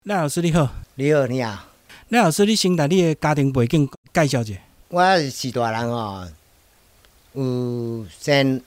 赖老师你好。 你好，你好。 赖老师，你先把你的家庭背景介绍一下。 我是大人哦，有生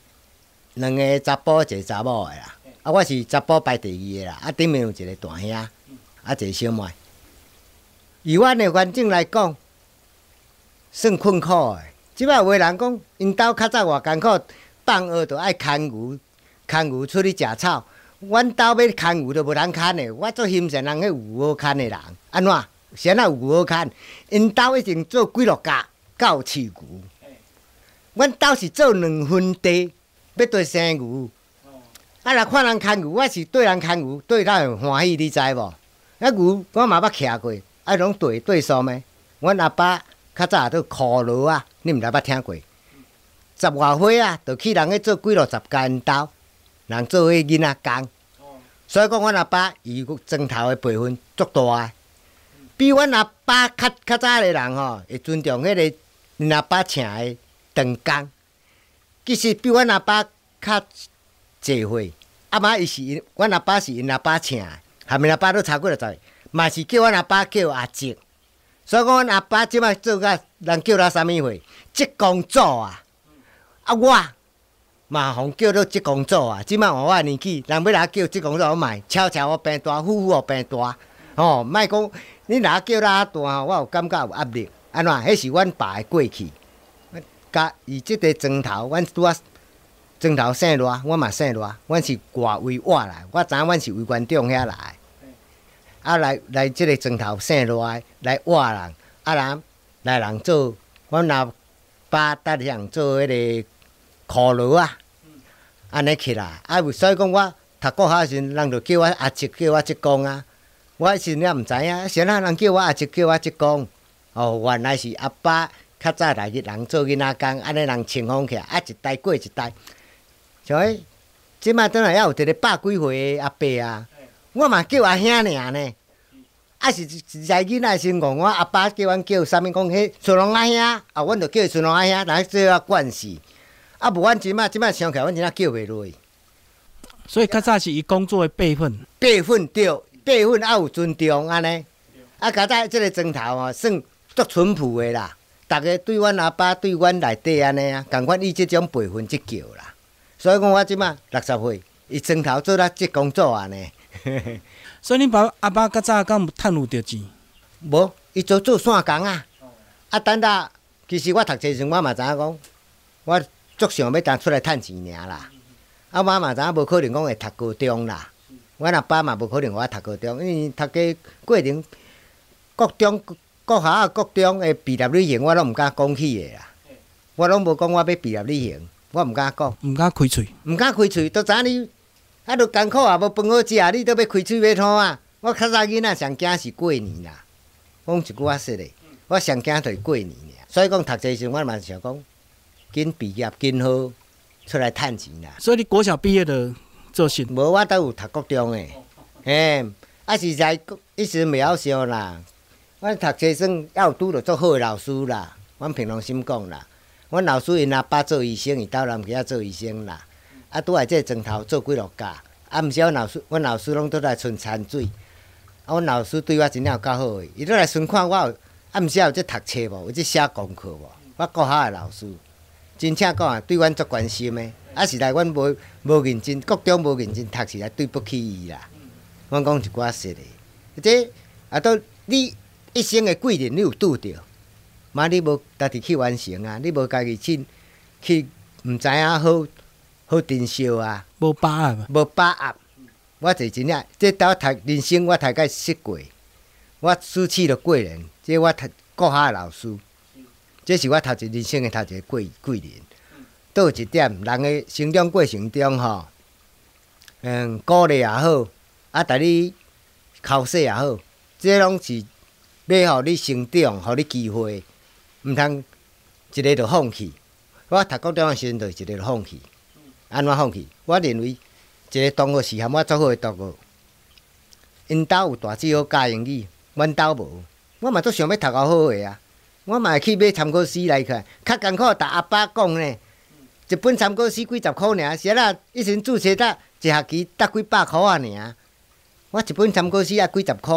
2个查甫，一个查某的啦。我是查甫排第2个啦。顶面有一个大兄，一个小妹。以阮的环境来讲，算困苦的。即摆有的人讲，因兜较早偌艰苦，放学就爱牵牛出去食草。阮兜要牵牛都无人牵的，我做欣赏人迄有好牵的人。安怎？谁哪有好牵？因兜已经做几落架到饲牛。阮兜是做2分地，要对生牛。若看人牵牛，我是对人牵牛，对咱欢喜，你知无？牛我嘛捌徛过，拢对数的。阮阿爸较早都苦劳啊，你毋知捌听过？10外岁啊，就去人去做几落10家因兜，人做迄囡仔工。所以讲，阮阿爸伊庄头的辈分足大的，比阮阿爸较早的人吼，会尊重迄个因阿爸请的长工。其实比阮阿爸较济岁，阿妈伊是阮阿爸是因阿爸请的，含因阿爸都超过了10，嘛是叫阮阿爸叫阿叔。所以讲，阮阿爸即摆做甲人叫他啥物货？职工组啊！我嘛互叫做职工组啊！即摆换我年纪，人要来叫职工组，我卖悄悄我病大，呼我病大。吼，莫讲你若叫咱大，我有感觉有压力。安怎？迄是阮爸的过去。甲伊即个庄头，阮拄啊庄头姓赖，我嘛姓赖，阮是外围挖来。我知影阮是委员长遐来。来即个庄头姓赖来挖人，来人做，阮阿爸搭人做迄个苦劳啊，安尼起来。所以讲我读国校时，人就叫我阿叔，叫我职工啊。我迄时也毋知影，谁人叫我阿叔，叫我职工。哦，原来是阿爸较早来去人做囡仔工，安尼人情况起来，一代过一代。像迄即摆倒来还有一个100几岁的阿伯啊，我嘛叫阿兄尔呢。是一个囡仔先讲，我阿爸叫阮叫啥物？讲迄孙龙阿兄，阮就叫孙龙阿兄，来做啊惯势。无阮即摆想起来，阮真正叫袂落去。 所以较早是伊工作的辈分。 辈分对，辈分也有尊重安尼。较早即个庄头哦，算足淳朴的啦。逐个对阮阿爸、对阮内底安尼啊，共款以即种辈分即叫啦。所以讲，我即摆60岁，伊庄头做咱职工组安尼。 所以恁阿爸较早敢有趁有着钱？ 无，伊做线工啊。等到其实我读册时，我嘛知影讲，我足想要当出来趁钱尔啦。我嘛知影无可能讲会读高中啦。阮阿爸嘛无可能我读高中，因为读个过程，国校国中的毕业旅行，我拢毋敢讲起的啦。我拢无讲我要毕业旅行，我毋敢讲。 毋敢开喙。 毋敢开喙，都知影你。都艰苦啊，无饭好食，你都要开嘴要吐啊！我较早囡仔上惊是过年啦，讲一句话说的，我上惊就是过年尔。所以讲读册时，我嘛想讲，紧毕业紧好，出来趁钱啦。 所以你国小毕业就做甚？ 无，我都有读国中的，是在一时袂晓想啦。我读册算还有拄着足好的老师啦，阮平常心讲啦。阮老师因阿爸做医生，伊兜南溪做医生啦。拄来即个庄头做几落架，毋是阮老师拢倒来存餐水。阮老师对我真正有够好诶，伊倒来巡看我有，毋是有即读册无，有即写功课无？我国校诶老师，真正讲啊，对阮足关心诶。是来阮无认真，国中无认真读，是来对不起伊啦。阮讲一寡实诶，即都你一生诶贵人，你有拄着，嘛你无家己去完成啊，你无家己去毋知影好珍惜啊！ 无把握， 无把握。我就真正，这到读人生，我大概识过，我失去了贵人。这我读国校的老师，这是我头一人生的头一个贵人。倒有一点，人的成长过程中吼，鼓励也好，带你考试也好，这拢是要互你成长，互你机会，毋通一个就放弃。我读国中的时阵，就一个就放弃。安怎放弃？我认为一个同学是含我足好的同学，因兜有大姊好教英语，阮兜无。我嘛足想要读到好个啊！我嘛会去买参考书来看，较艰苦。逐阿爸讲呢，一本参考书几十箍尔，是啦，以前注册一学期得几百箍啊尔。我一本参考书啊几十箍，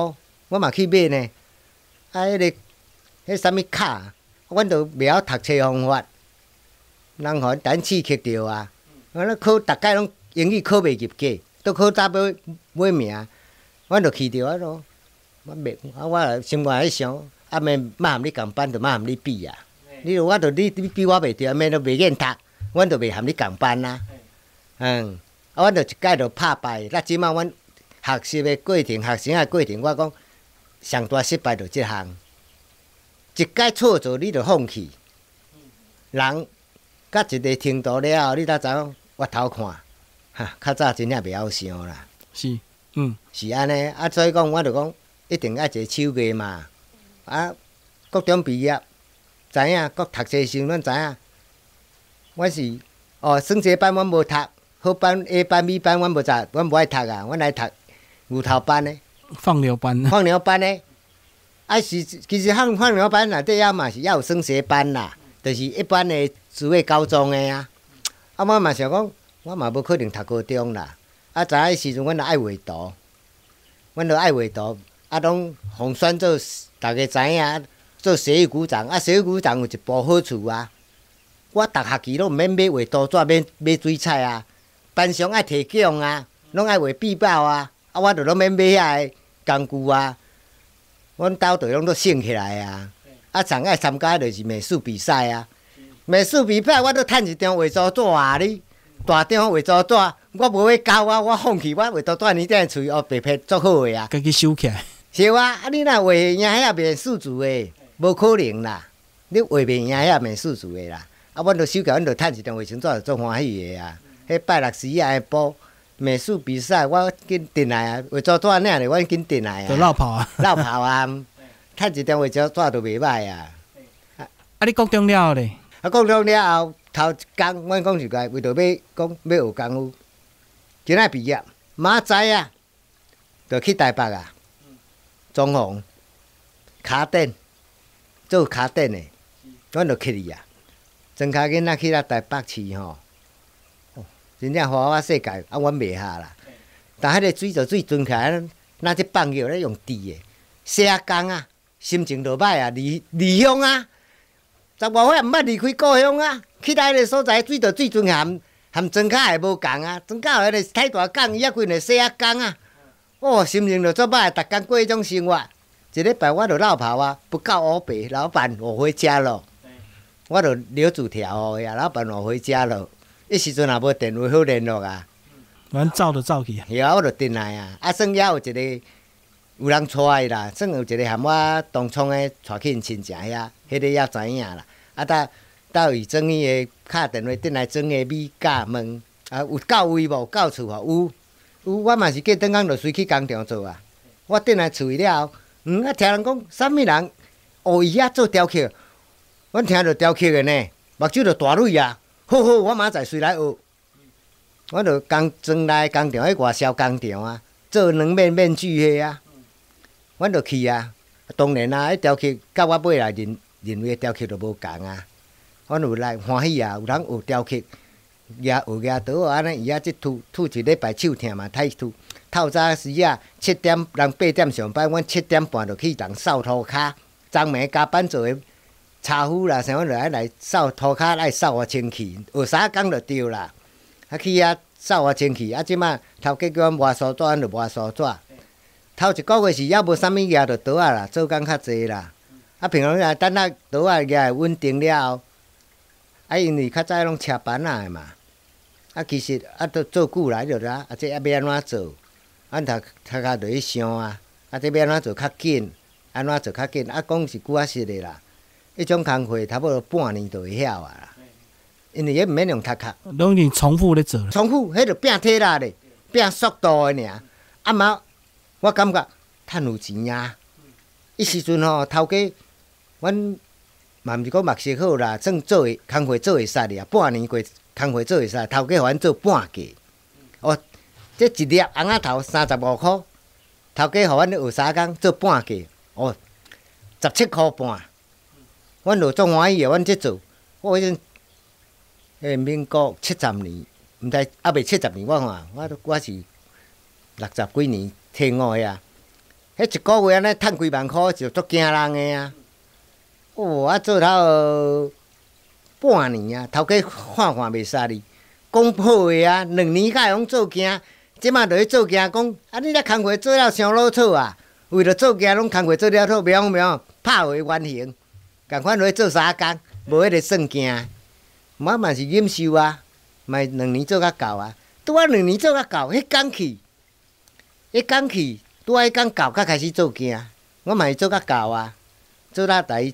我嘛去买呢。啊，迄啥物卡，阮都袂晓读册方法，人互咱刺激着啊。我考逐摆拢英语考袂入格，都考早尾名，阮就去着啊咯。我心肝咧想，啊免含你共班，就莫含你比啊。你比我袂着，免都袂愿读，阮就袂含你共班啊。阮就一届就拍败。那即摆阮学习的过程、学生的过程，我讲上大失败就即项。一届错做，你就放弃。人到一个程度了后，你才知影回头看，较早真正袂晓想啦。 是， 是安尼，所以讲，我就讲一定爱一个手艺嘛。高中毕业，知影，国读册时，阮知影，阮是升级班，阮无读，好班、A 班、B 班，阮无爱读啊，阮来读牛头班的。 放牛班。 放牛班的。其实放牛班内底嘛是有升学班啦，就是一般的职业高中的啊。我嘛想讲，我嘛无可能读高中啦。知影时阵，阮就爱画图，阮就爱画图，拢红选做大家知影，做学艺股长。学艺股长有一部好处啊，我逐学期拢毋免买画图纸，买水彩啊，班上爱摕奖啊，拢爱画壁报啊，我就拢免买遐个工具啊。阮兜队拢都省起来啊！上爱参加就是美术比赛啊！美术比赛我都趁一张画图纸啊！你大张画图纸，我无要教我放弃，我画图纸年顶喙白皮足好个啊！ 家己收起来。 是啊！你若画赢遐美术组的，无可能啦！你画袂赢遐美术组的啦！阮就收起，阮就趁一张画图纸就足欢喜个啊！迄拜六时啊，报美术比赛，我紧订来啊！画图纸领咧，阮紧订来啊！ 就绕跑啊！ 绕跑啊！趁一张画图纸就袂歹啊！ 你国中了后咧？ 国中了后，头一工，阮讲实在，为着要学功夫，今仔毕业，明仔啊，就去台北啊，装潢卡店，做卡店的，阮就去去啊。装卡囡仔去啦台北市吼，真正花我世界，阮袂下啦。但迄个水就水存起来，那只放药咧用滴的，洗啊工啊，心情就歹啊，离乡啊。十外岁毋捌离开故乡啊！去到迄个所在，水就水存含庄卡也无共啊！庄卡迄个太大港，伊还几个细仔港啊！心情就足歹，逐工过迄种生活。一礼拜我就落跑啊，不告我白，老板我回家了。我就留纸条哦呀，老板我回家了。迄时阵也无电话好联络啊。 阮走就走去啊。 是啊，我就进来啊。算也有一个有人带伊啦，算有一个含我东涌的带去因亲戚遐，迄个也知影啦。到伊装伊个敲电话进来装个米甲问有到位无？到厝无？有，我嘛是过转工就随去工厂做啊。我进来厝了后，听人讲啥物人学伊遐做雕刻，阮听着雕刻个呢，目睭就大蕊啊！好，我明仔载随来学。我就装来工厂，迄外销工厂啊，做面具迄啊。阮就去啊，当然啊，迄雕刻甲我买来认为雕刻就无共啊。阮有来欢喜啊，有人学雕刻，学倒安尼，伊即拄一礼拜手疼嘛，太拄。透早时啊，7点人8点上班，阮7点半就去人扫涂骹，昨暝加班做诶茶夫啦，啥阮就爱来扫涂骹，爱扫我清气，学3工就对啦。去遐扫我清气，即马头家叫阮抹梳纸，阮就抹梳纸。头一个月是还无啥物业就倒啊啦，做工较济啦。平常啊，等下倒啊业稳定了后，因为较早拢车班仔的嘛，其实都做久来着啦，这要安怎做？阮头壳就去想啊，这要安怎做较紧？安怎做较紧？讲是久实的啦，迄种工课差不多半年就会晓啊啦。因为迄毋免用头壳， 拢已经重复咧做了。 重复，迄就拼体力咧，拼速度的尔。嘛，我感觉趁有钱啊！迄时阵吼，头家，阮嘛毋是讲目色好啦，算做会工课做会使哩啊。半年过工课做会使，头家互阮做半价。这一粒红仔头35箍，头家互阮学3工做半价，17箍半。阮就足欢喜的，阮即做，我迄阵民国70年，毋知未70年，我是60几年退伍的啊。 迄一个月安尼趁几万箍就足惊人的啊！哦，做头半年啊，头家看袂煞你，讲好个啊，2年才会用做囝，即马就去做囝，讲啊你咧工课做了伤老草啊，为了做囝拢工课做了好，喵，拍回原形，共款落去做3工，无迄个算囝，我嘛是忍受啊，嘛2年做较够啊，拄啊2年做较够，迄工去，拄啊迄工够，才开始做囝，我嘛是做较够啊，做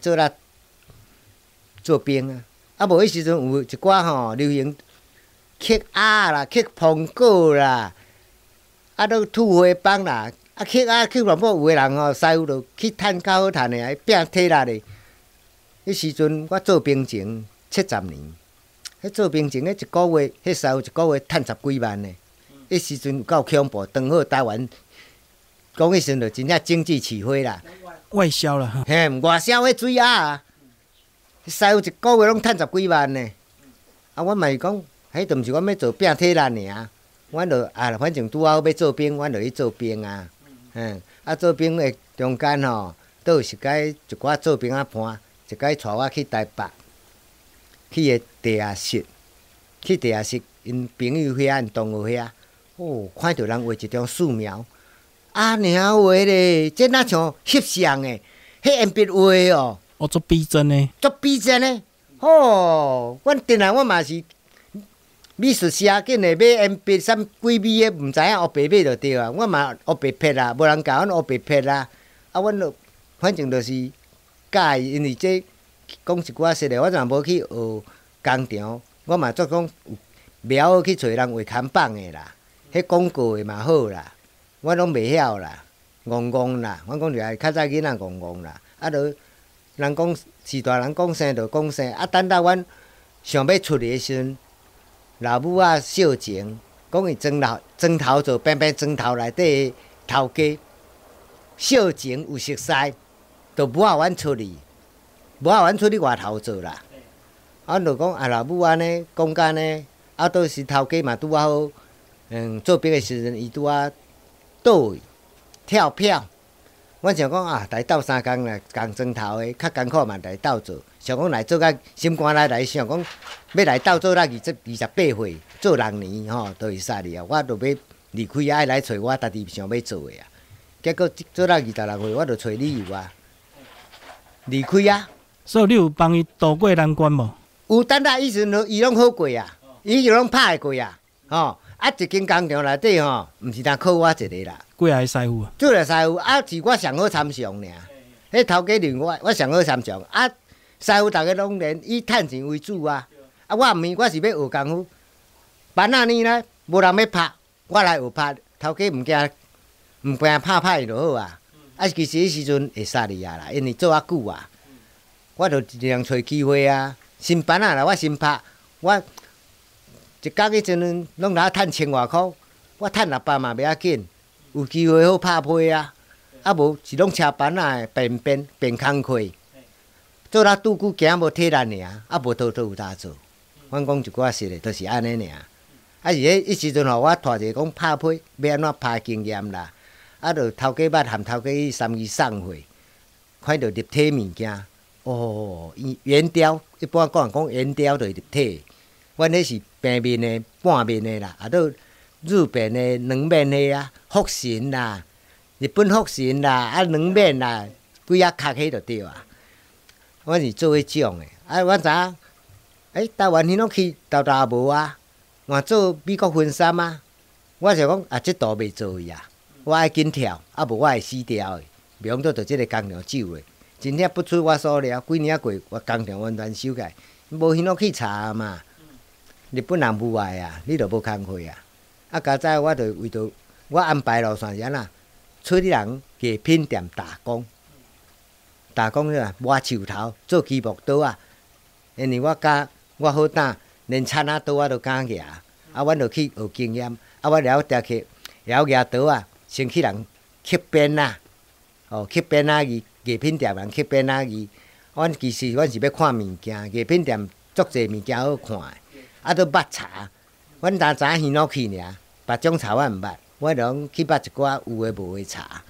兵啊。啊，无迄时阵有一寡吼流行刻鸭啦、刻苹果啦，啊，都吐花帮啦，啊，刻鸭刻萝卜，有个人吼师傅就去趁较好趁的，拼体力的。迄时阵我做兵前70年，迄做兵前迄一个月，迄师傅一个月趁10几万呢。迄时阵有够恐怖，刚好台湾讲迄时阵就真正经济起飞啦， 外销了哈。 嘿，外销迄水鸭啊。师傅一个月拢趁10几万呢，啊，我嘛是讲，迄都毋是阮要做拼体力尔，阮就反正拄好要做兵，阮就去做兵啊，啊，做兵的中间吼，倒有一摆一寡做兵仔伴，一摆带我去台北，去个地下室，因朋友遐，因同学遐，哦，看到人画一张素描，啊，尔画咧，这哪像翕相的，迄鉛笔画哦。 哦，做逼真呢， 足逼真呢！哦，阮定来我嘛是美术社，紧来买铅笔，啥几米的，毋知影黑白买就对啊。我嘛黑白撇啦，无人教阮黑白撇啦。啊，阮就反正就是教伊，因为这讲一寡实例，我若无去学工厂，我嘛做讲袂晓去找人画看板的啦，迄广告的嘛好啦，我拢袂晓啦，戆啦。我讲着较早囡仔戆啦，啊，就。人讲是大人讲生就讲生，啊！等到阮想要出嚟时阵，老母啊孝情，讲伊砖头做边砖头内底的头家孝情有熟悉，就无互阮出去，外头做啦。阮就讲老母安尼讲干呢，啊，倒是头家嘛拄啊好，做兵的时阵伊拄啊倒位跳票。阮想讲来斗3工啦，共砖头的较艰苦嘛来斗做，想讲来做甲心肝来想讲要来斗做到28岁，做6年吼，都会煞哩啊！我就要离开爱来找我家己想要做的啊。结果做到26岁，我就找理由啊，离开啊。 所以你有帮伊渡过难关无？ 有，等下伊时阵伊拢好过啊，伊就拢拍会过啊，吼。啊，一间工厂内底吼，毋是单靠我一个啦。 几个师傅啊？ 几个师傅啊，是我上好参详尔。迄头家认我上好参详。啊，师傅逐个拢连以趁钱为主啊。啊，我毋免，我是要学功夫。班仔呢咧，无人要拍，我来学拍。头家毋惊拍就好啊。啊，其实迄时阵会煞哩啊啦，因为做啊久啊，我就尽量找机会啊。新班仔啦，我先拍我。一工迄阵拢拿趁1000外箍，我趁600嘛袂要紧，有机会好拍批啊。啊无是拢车班仔变工课，做了拄久行无体力尔，啊无都有搭做。阮讲一寡实例，就是安尼尔。啊是迄时阵吼，我带一个讲拍批要安怎拍经验啦，啊就头家捌含头家去3支送货，看到立体物件，哦，圆雕一般讲圆雕就是立体。阮迄是平面的、半面的啦，啊，都日本的2面的啊，福神啦，日本福神啦，啊2面啦，几啊壳迄就对啊。阮是做迄种的，啊，阮知影，台湾迄拢去豆无啊，换做美国婚纱啊。我想讲这道袂做伊啊，我爱紧跳，啊无我会死掉的，袂讲做即个工厂走的，真正不出我所料，几年过，我工厂完全收起来，无迄拢去查嘛。日本人无爱啊，你著无工课啊！啊，加早我著为着我安排路线是安那，找啲人艺品店打工，啥？挖树头，做积木刀啊！因为我好打，连铲啊刀我都敢举，啊，阮著去学经验，啊，我了定去了举刀啊，先去人刻边啊，哦，刻边啊艺品店人刻边啊艺，其实阮是要看物件，艺品店足侪物件好看的。啊，都捌茶，阮知影耳脑去尔，别种茶我毋捌，我拢去捌一寡有诶无诶茶。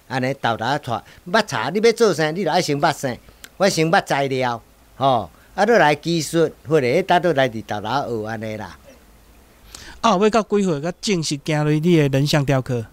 安尼豆豆带捌茶，你要做啥，你着爱先捌啥，我先捌材料，吼，啊，倒来技术，或者搭倒来伫豆豆学安尼啦。 啊，有要到几岁，才正式行入你的人像雕刻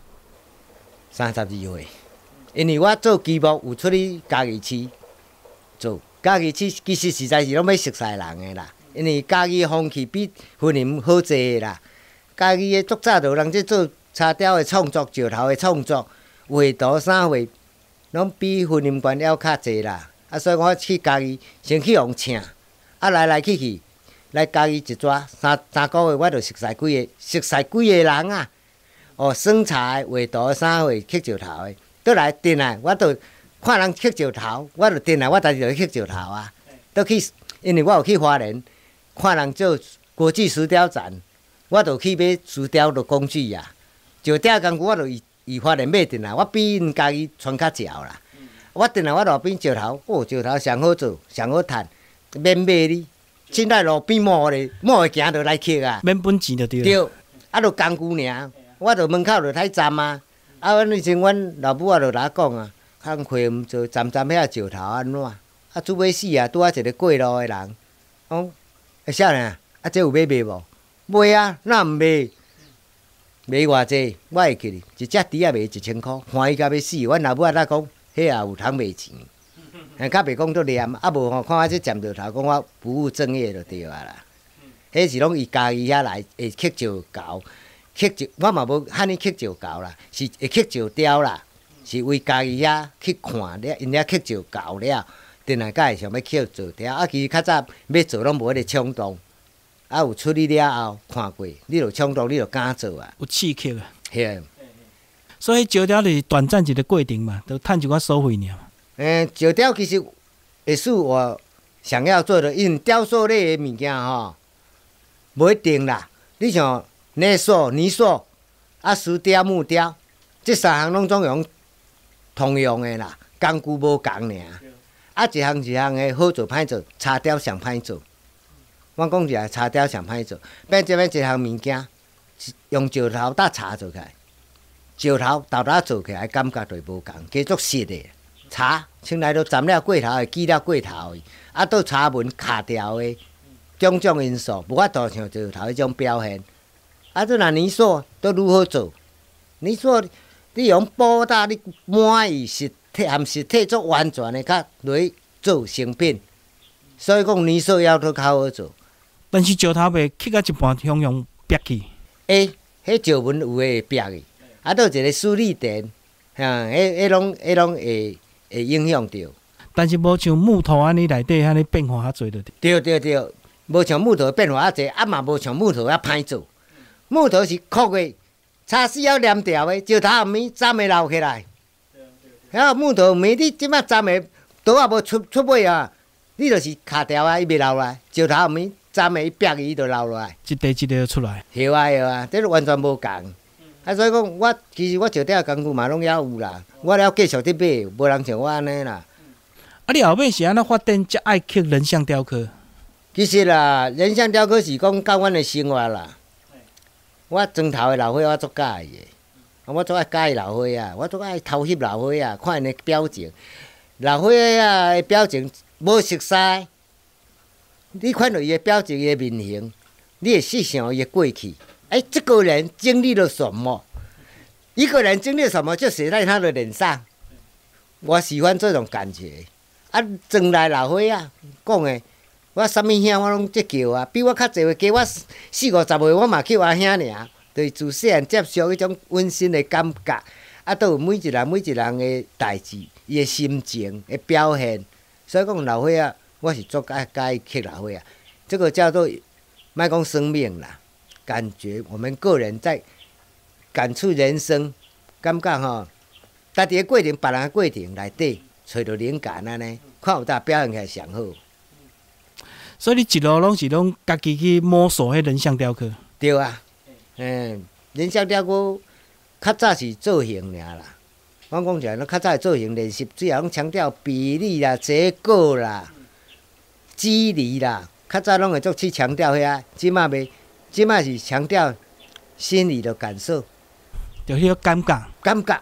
32岁，因为我做积木有出去嘉义市做，嘉义市其实实在是拢要熟悉人的啦，因为嘉义风气比云林好济啦。嘉义的足早就有人在做茶雕的创作、石头的创作、画图啥货，拢比云林县要较济啦。啊，所以我去嘉义先去互请，啊来去，来嘉义一抓三个月，我就熟悉几个人啊。哦，耍茶的、画图啥货、刻石头的，倒来定来，我就看人刻石头，我就定来，我家己就去刻石头啊。倒去，因为我有去花莲看人做国际石雕展，我就去买石雕的工具啊。石雕工具我就以花莲买定来，我比因家己穿较少啦。我定来我路边石头，哦，石头上好做，上好趁，免买你。凊彩路边摸咧，摸会行就来刻啊。 免本钱就对了。 对，啊，就工具尔。我就门口就刣站啊，啊，阮以前阮老母也就来讲啊，工课毋做，站遐石头安怎？啊，煮尾死啊，拄啊一个过路的人，讲，少年啊，这有要卖无？卖啊，哪毋卖？卖偌济？我会记哩，一只猪仔卖1000箍，欢喜甲要死。阮老母仔讲，迄也有通卖钱，较袂讲足念，啊无吼，看我这站着头，讲我不务正业就对啊啦。迄是拢伊家己遐来会刻石膏。刻石，我嘛无汉尼刻石膏啦，是会刻石雕啦，是为家己遐去看了，因遐刻石膏了，定来才会想要刻石雕。啊，其实较早要做拢无迄个冲动，啊有出去了后看过，你就冲动，你就敢做啊。 有刺激啊。 嘿。 所以石雕就是短暂一个过程嘛，就趁一寡收费尔嘛。 石雕其实也是我想要做的，因为雕塑类的物件吼，无一定啦。你像。泥塑，啊石雕、木雕，这三项拢总用通用的啦，工具无共尔。啊，一项的好做歹做，茶雕上歹做。我讲一下，茶雕上歹做，变一项物件，用石头搭茶做起来，石头豆豆做起来感觉就无共，加足实的。茶从来都沾了过头的，记了过头的，啊，倒茶纹卡掉的，种种因素，无法度像石头迄种表现。啊，这若泥塑都如何做？泥塑你用布搭你满意实体含实体做完全的，较落去做成品。所以讲泥塑要都较好做。 但是石头袂刻到一半，向用瘪去。 迄石纹有诶会瘪去，啊，倒一个水力电，迄拢会影响到。但是无像木头安尼内底安尼变化较侪着对，无像木头变化较侪，啊嘛无像木头遐歹做。木头是刻的，叉丝要黏条的，石头后面粘会留起来。啊，木头面你即摆粘的刀也无出尾啊，你就是卡条啊，伊袂留来。石头后面粘的伊瘪去，伊就留落来。 一块一块出来。 对啊，这完全无共。啊，所以讲其实我石雕工具嘛拢还有啦，我了继续伫买，无人像我安尼啦。 啊，你后尾是安怎发展才爱刻人像雕刻？ 其实啦，人像雕刻是讲甲阮的生活啦。我庄头的老伙我足喜的，我足爱喜老伙啊，我足爱偷翕老伙啊，看因的表情。老伙啊的表情无熟悉，你看到伊的表情、伊的面型，你会细想伊的过去。这个人经历了什么？一个人经历了什么，就写在他的脸上。我喜欢这种感觉。啊，庄内老伙啊，讲的。我啥物兄我拢即叫啊，比我较侪加我40、50岁，我嘛叫我兄尔。就是自细汉接受迄种温馨的感觉，啊，都有每一人的代志，伊的心情的表现。所以讲老伙仔，我是足爱刻老伙仔。这个叫做莫讲生命啦，感觉我们个人在感触人生，感觉吼，家己的过程、别人的过程内底找到灵感安尼，看有呾表现起来上好。 所以你一路拢是家己去摸索迄人像雕刻。 对啊，人像雕刻较早是造型尔啦。我讲起来，较早的造型练习，主要拢强调比例啦、结构啦、肌理啦。较早拢会做去强调遐，即马袂，即马是强调心理的感受。 就迄个感觉。 感觉，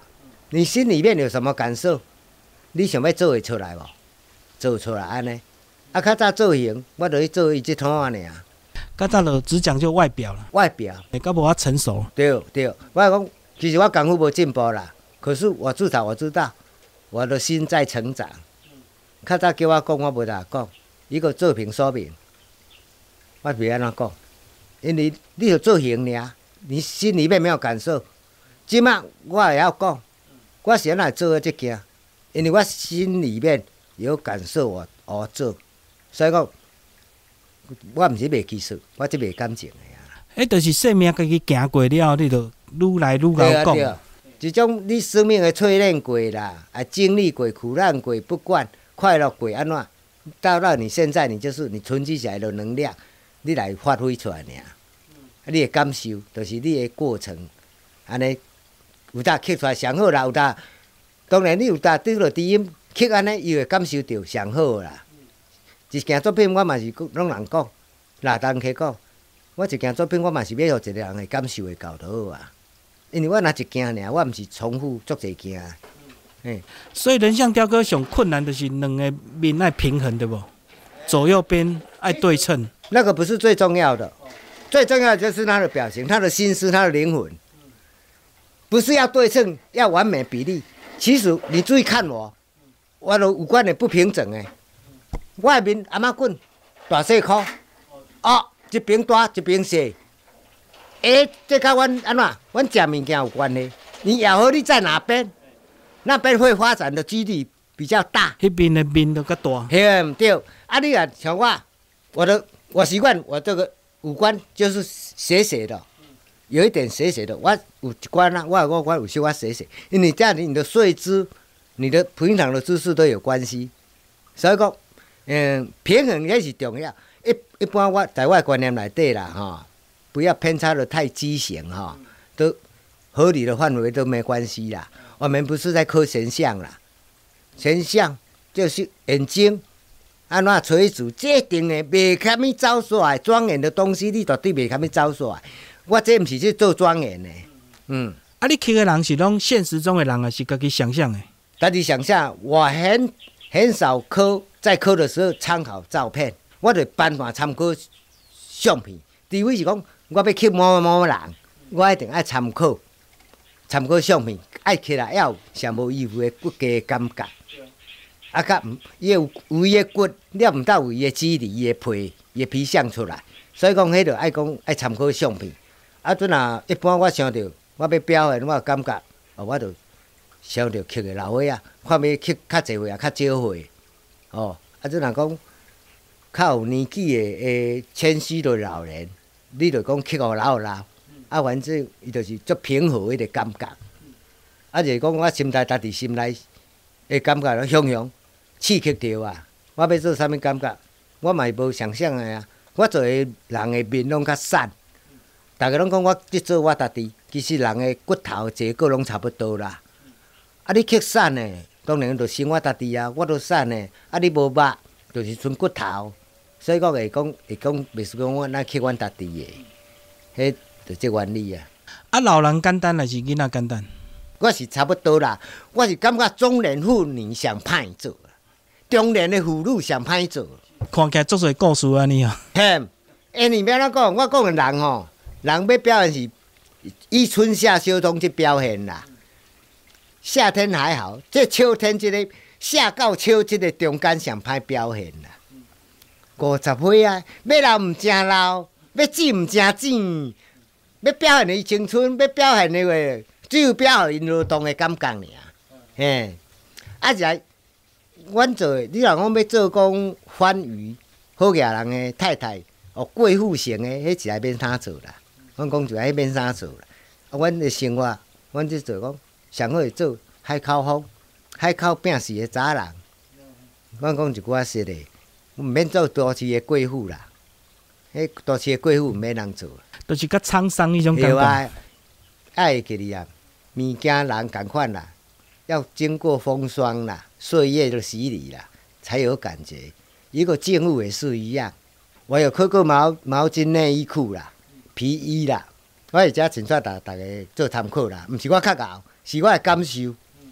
你心里面有什么感受？你想要做会出来无？做出来安尼。啊，较早造型，我就去做伊即摊尔。 较早就只讲究外表了， 外表。 较无遐成熟。 对对，我讲，其实我功夫无进步啦，可是我至少我知道，我的心在成长。较早叫我讲，我无大讲，一个作品说明，我袂安怎讲，因为你有做形尔，你心里面没有感受。即摆我也要讲，我是安怎做这件，因为我心里面有感受，我做，所以讲，我毋是卖技术，我只卖感情的啊。 迄就是生命家己行过了，你就愈来愈敖讲。 对，一种你生命的淬炼过啦，啊，经历过、苦难过，不管快乐过安怎，到你现在，你就是你存积起来的能量，你来发挥出来尔。你的感受，就是你的过程，安尼。有搭刻出来上好啦，有搭当然你有搭对着低音刻安尼，伊会感受到上好啦。一件作品我嘛是拢人讲，哪当去讲，我一件作品我嘛是要互一个人的感受会到就好啊。因为我若一件尔，我毋是重复足侪件。 所以人像雕刻上困难的是两个面爱平衡，对不？左右边爱对称。 那个不是最重要的，最重要的就是他的表情、他的心思、他的灵魂。不是要对称，要完美比例。其实你注意看我的五官也不平整诶。我的面阿妈棍大细块，一边大一边细。这跟阮安怎？阮食物件有关系。你咬合力在哪边，那边会发展的几率比较大。 迄边的面都较大。 对，啊，你啊像我习惯我这个五官就是斜斜的。有一点斜斜的，我有一关啊，我有小可斜斜，因为这样你的睡姿、你的平常的姿势都有关系，所以讲，平衡也是重要。一般我在我的观念内底啦，不要偏差的太畸形都合理的范围都没关系啦。我们不是在刻神像啦，神像就是眼睛安怎垂直，这定的袂堪咪走出来，庄严的东西你绝对袂堪咪走出来。我这不是去做庄严的， 啊，你刻的人是拢现实中的人，还是家己想象的？ 家己想象，我很少刻，在刻的时候参考照片，我就办法参考相片。除非是讲我要刻某人，我一定爱参考相片，爱刻来要有上无依附的骨架的感觉。啊，甲伊有伊的骨，了唔到有伊的肌理、伊的皮、伊的皮相出来，所以讲迄个爱参考相片。啊，阵啊，一般我想着我要表现，我有感觉，我就想着刻个老岁啊，看要刻较侪岁啊，较少岁。啊，阵若讲较有年纪的谦虚的老人，你就讲刻互老。啊，反正伊就是足平和迄个感觉。啊，就是讲我心态家己心内的感觉，雄刺激着啊！我要做啥物感觉，我嘛是无想象的啊。我做的人的面拢较瘦。大家拢讲我即做我家己，其实人的骨头结构拢差不多啦。啊，你刻瘦呢，当然就生我家己啊，我都瘦呢。啊，你无肉，就是剩骨头，所以讲会讲，袂是讲我咱刻阮家己的，迄就这原理啊。 啊，老人简单还是囡仔简单？ 我是差不多啦，我是感觉中年妇女上歹做，中年的妇女上歹做。 看起来足侪故事安尼啊。 嘿，因为要怎讲？我讲的人人要表现是以春夏秋冬去表现啦。夏天还好，这秋天这个夏到秋这个中间上歹表现啦。50岁啊，要老唔正老，要姊唔正姊，要表现伊青春，要表现那个，只有表现因劳动的感觉尔。嘿，啊是啊，阮做，你若讲要做讲番禺好野人的太太，贵妇型的，迄是爱免啥做啦。阮讲就爱免啥做啦。啊，阮的生活，阮即做讲上好会做海口风，海口摒死的查人。阮讲一句话实的，毋免做都市的贵妇啦。迄都市的贵妇毋免人做， 都是较沧桑迄种感觉。 爱会记哩啊，物件人共款啦，要经过风霜啦、岁月的洗礼啦，才有感觉。一个静物也是一样。我有刻过毛巾、内衣裤啦、皮衣啦，我会遮穿出大家做参考啦，毋是我较敖，是我的感受。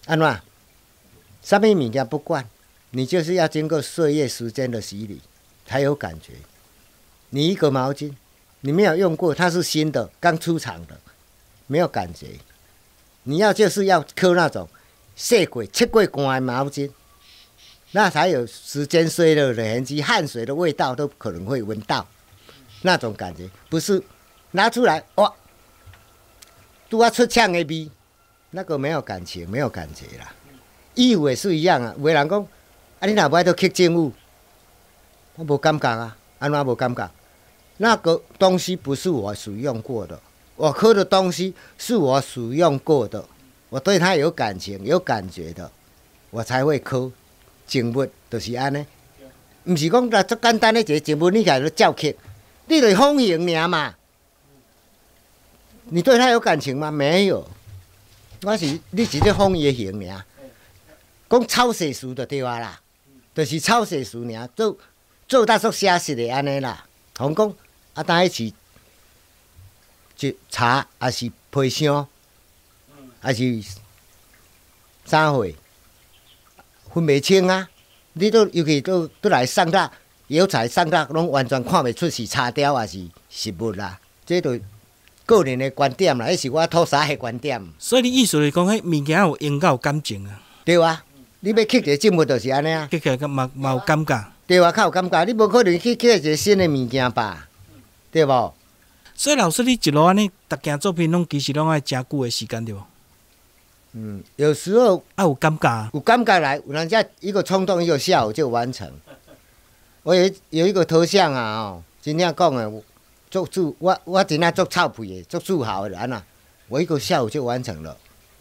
安怎？什么物件不管，你就是要经过岁月时间的洗礼，才有感觉。你一个毛巾，你没有用过，它是新的，刚出厂的，没有感觉。你就是要磕那种洗过、切过干的毛巾，那才有时间岁月的痕迹，汗水的味道都可能会闻到，那种感觉，不是拿出来哇，都要出呛的味，那个没有感情，没有感觉啦。衣服也是一样啊，有的人讲，啊你若不爱都去政府，我无感觉啊，安怎无感觉？那个东西不是我使用过的，我喝的东西是我使用过的，我对它有感情、有感觉的，我才会喝。静物就是安尼，唔是讲啦，足简单的一个静物，你起来就照客，你就是风行尔嘛。你对它有感情吗？没有，你是咧风伊行尔。讲抄世俗就对啊啦，就是抄世俗尔，做到足写实的安尼啦。红讲啊，当迄是茶，还是皮箱，还是啥货，分袂清啊。你都尤其都来送到药材送到，拢完全看袂出是茶雕还是实物啦。这就个人的观点啦，迄是我吐槽的观点。 所以你意思是讲，迄物件有应该有感情啊？ 对啊。你要刻一个植物就是安尼啊， 刻起来嘛有感觉。 对啊，较有感觉。你无可能去刻一个新的物件吧？对无？ 所以老师，你一路安尼，逐件作品拢其实拢爱真久的时间，对无？ 有时候有感觉， 有感觉来，有人家一个冲动，一个下午就完成。我有一个头像啊，真正讲的，我真正做臭屁的，做自豪的人啊，我一个下午就完成了。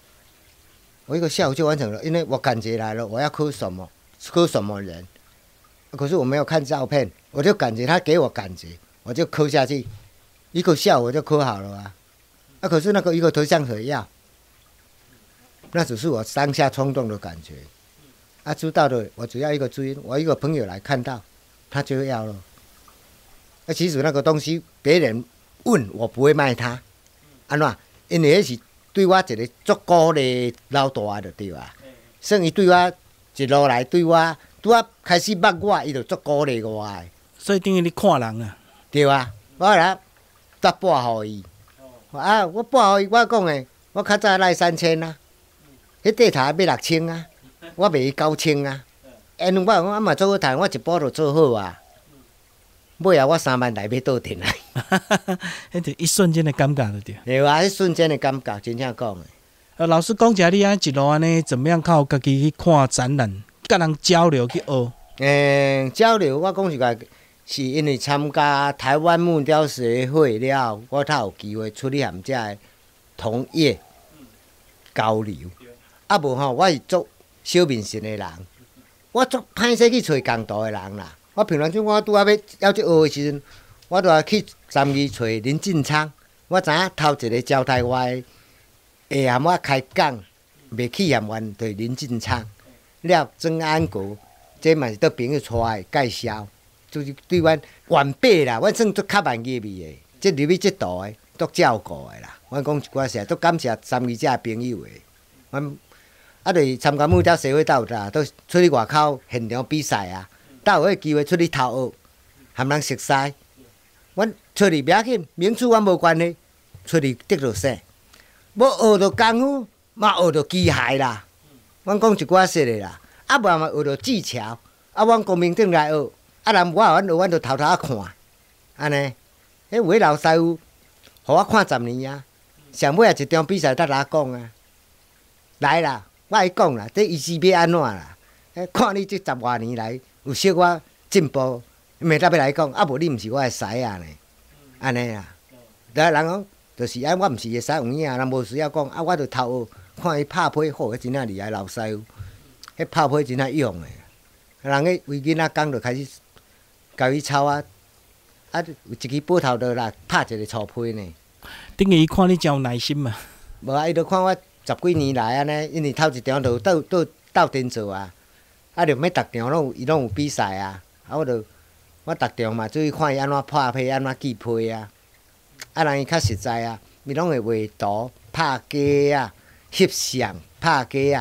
因为我感觉来了，我要刻什么人，可是我没有看照片，我就感觉他给我感觉，我就刻下去，一个下午我就刻好了啊。可是那个一个头像很要，那只是我当下冲动的感觉。知道的，我只要一个注音，我一个朋友来看到，他就要了。其实那个东西别人问我不会卖他，安怎？因为那是。对我一个足鼓励老大就对啊，算伊对我一路来对我，拄啊开始捌我，伊就足鼓励我的。 所以等于你看人啊。 对啊，我来搭拨互伊。我拨互伊，我讲的，我较早来3000啊，迄块头要6000啊，我卖伊9000啊。因为我嘛做好谈，我一波就做好啊。尾啊，我3万来要倒转来。 迄就一瞬间的感觉就对。 对啊，迄瞬间的感觉，真正讲的。 老师讲一下，你安一路安尼，怎么样靠家己去看展览，甲人交流去学？ 交流，我讲实在，是因为参加台湾木雕协会了，我才有机会出去和遮的同业交流。无吼，我是做小面神的人，我足歹势去找工作的人啦。我平常像我拄仔要去学的时阵，我就去三义找林进昌。我知影头一个招待我的下暗我开讲，袂去嫌员就是林进昌。了曾安国，这嘛是倒朋友带来介绍，就是对阮晚辈啦，阮算足较慢入去的，即入去即度的，足照顾的啦。阮讲一寡实，足感谢三义遮朋友的。阮就是参加木雕协会斗啦，都出去外口现场比赛啊。倒有迄机会出去偷学，和人熟悉。阮出去不要紧，名次阮无关系，出去得到啥？要学到功夫，嘛学到机械啦。阮讲一寡实的啦，无嘛学到技巧。阮国民党来学，人无阮学，阮就偷偷看。安尼，迄有迄老师傅，互我看10年啊。上尾一场比赛，才来讲啊。来啦，我来讲啦，这意思要安怎啦？看你这10多年来。有小可进步，袂当要来讲，无你毋是我的师啊呢，安尼啊。人讲就是我毋是会使有影，人无需要讲我就偷学，看伊拍皮，迄真正厉害老师傅，迄拍皮真正用的。人个为囡仔讲就开始教伊抄啊，有一支斧头就来拍一个粗皮呢。 等于伊看你真有耐心嘛。 无伊就看我10几年来安尼，因为头一场就斗阵做啊。就每逐场伊拢有比赛啊，我逐场嘛，注意看伊安怎拍皮，安怎记皮啊。人伊较实在啊，伊拢会画图、拍架啊、翕相、拍架啊，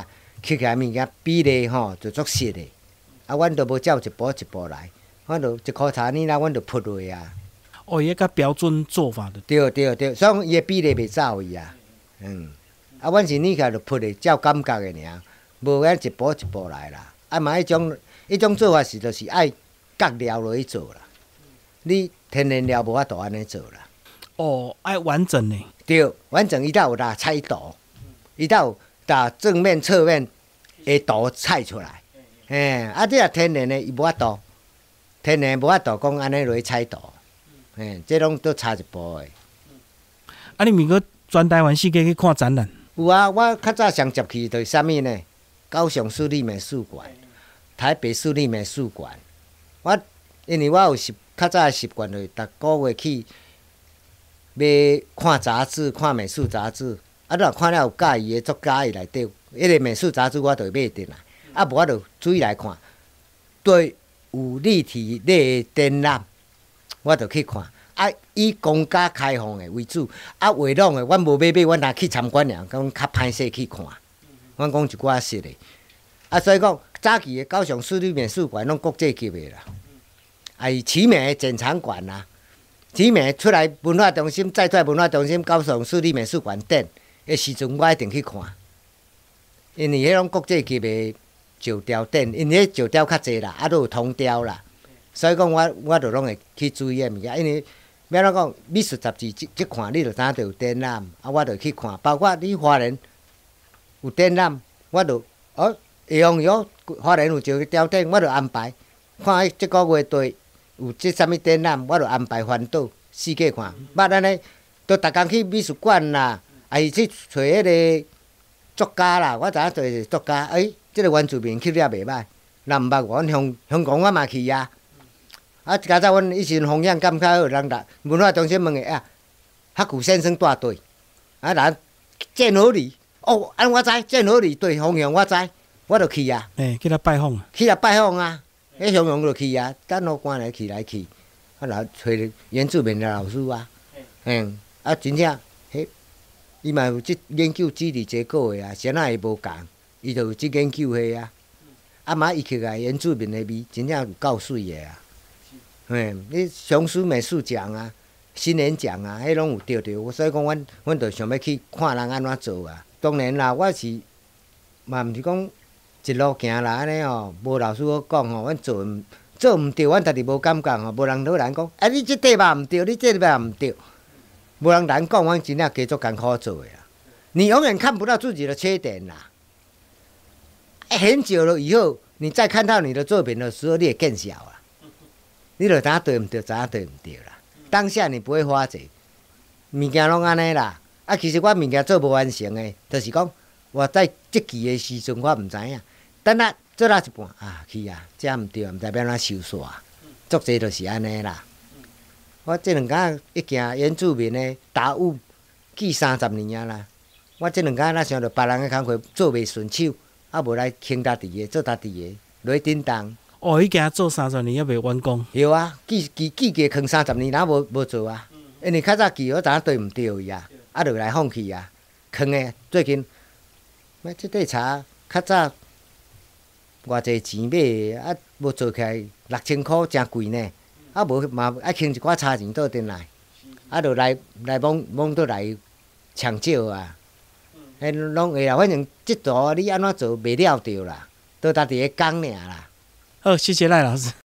刻起来物件比例吼就足实的，啊，阮都无照一步一步来，阮就一箍茶呢啦，阮就扑落啊。 哦，伊个标准做法的。 对对对，所以伊的比例袂走伊啊。啊，阮是呢个就扑的，照感觉的尔，无安一步一步来啦。啊嘛，迄种做法是就是爱角料落去做啦。你天然料无法度安尼做啦。 哦，爱完整的。 对，完整伊才有啦彩图，伊才有把正面、侧面的图彩出来。啊，这若天然的伊无法度，天然无法度讲安尼落去彩图。这拢都差一步的。 啊，你咪个全台湾世界去看展览？ 有啊，我较早上接去就是啥物呢？高雄市立美术馆、台北市立美术馆。因为我有较早的习惯，就是逐个月去买看杂志、看美术杂志。啊，若看了有介意的作家伊内底，迄个美术杂志我就会买进来。啊，无我就注意来看，对有立体类的展览。我就去看，啊，以公家开放的为主，啊，画廊的阮无买，阮若去参观尔，讲较歹势去看。阮讲一寡实的，啊，所以讲早期的高雄市立美术馆拢国际级的啦，啊，奇美的展场馆啦，奇美出来文化中心，再出来文化中心，高雄市立美术馆展的时阵，我一定去看，因为迄种国际级的石雕展，因为迄石雕较济啦，啊，都有铜雕啦。所以讲，我就拢会去注意迄物件，因为要怎讲，美术杂志即看，你就知影就有展览，啊，我就去看。包括你花莲有展览，我就会用哟，花莲有一个雕展，我就安排看即个月底有即啥物展览，我就安排环岛四界看。捌安尼，都逐工去美术馆啦，还是去找迄个作家啦。我知影做作家，即个原住民去了袂歹。若毋捌阮香港我嘛去啊。啊！加早阮以前风向感较好，人来文化中心问个黑古先生带队，啊，人建和里哦，安我知建和里对方向我知，我就去啊。 去他拜访。 去来拜访啊，迄方向就去啊，等我赶来去，啊，来找原住民的老师啊，啊，真正伊嘛有即研究智力结构的啊，谁哪会无共，伊就有即研究的啊，啊嘛伊起来原住民的味，真正有够水的啊。你雄狮美术奖啊、新人奖啊，迄拢有得着。所以讲，阮就想要去看人安怎做啊。当然啦，我是嘛毋是讲一路行啦安尼吼，无老师好讲吼，阮做毋对，阮家己无感觉吼，无人好难讲。你即块嘛毋对，你即块嘛毋对，无人难讲，阮真正加足艰苦做的啦。你永远看不到自己的缺点啦。很久了以后，你再看到你的作品的时候，你会更小啦。你就知影对毋对，知影对毋对啦。当下你不会发觉，物件拢安尼啦。啊，其实我物件做无完成的，就是讲我在即期的时阵我毋知影，等下做到一半去啊，这毋对，毋知要安怎收煞。作者就是安尼啦。我这两天一件原住民的达悟记30年啊啦。我这两天想着别人的工课做袂顺手，啊无来轻家己的做家己的，落去叮当。 伊惊做30年还袂完工。 对啊，记个藏30年，哪无做啊？因为较早记我知影对毋对伊啊，就来放弃啊，藏的最近，即块茶较早偌济钱买的，啊无做起来6000箍，真贵呢。啊无嘛爱轻一寡茶钱倒转来，啊就来忙倒来抢救啊。拢会啦，反正即图你安怎做袂了着啦，倒搭伫咧讲尔啦。 好，谢谢赖老师。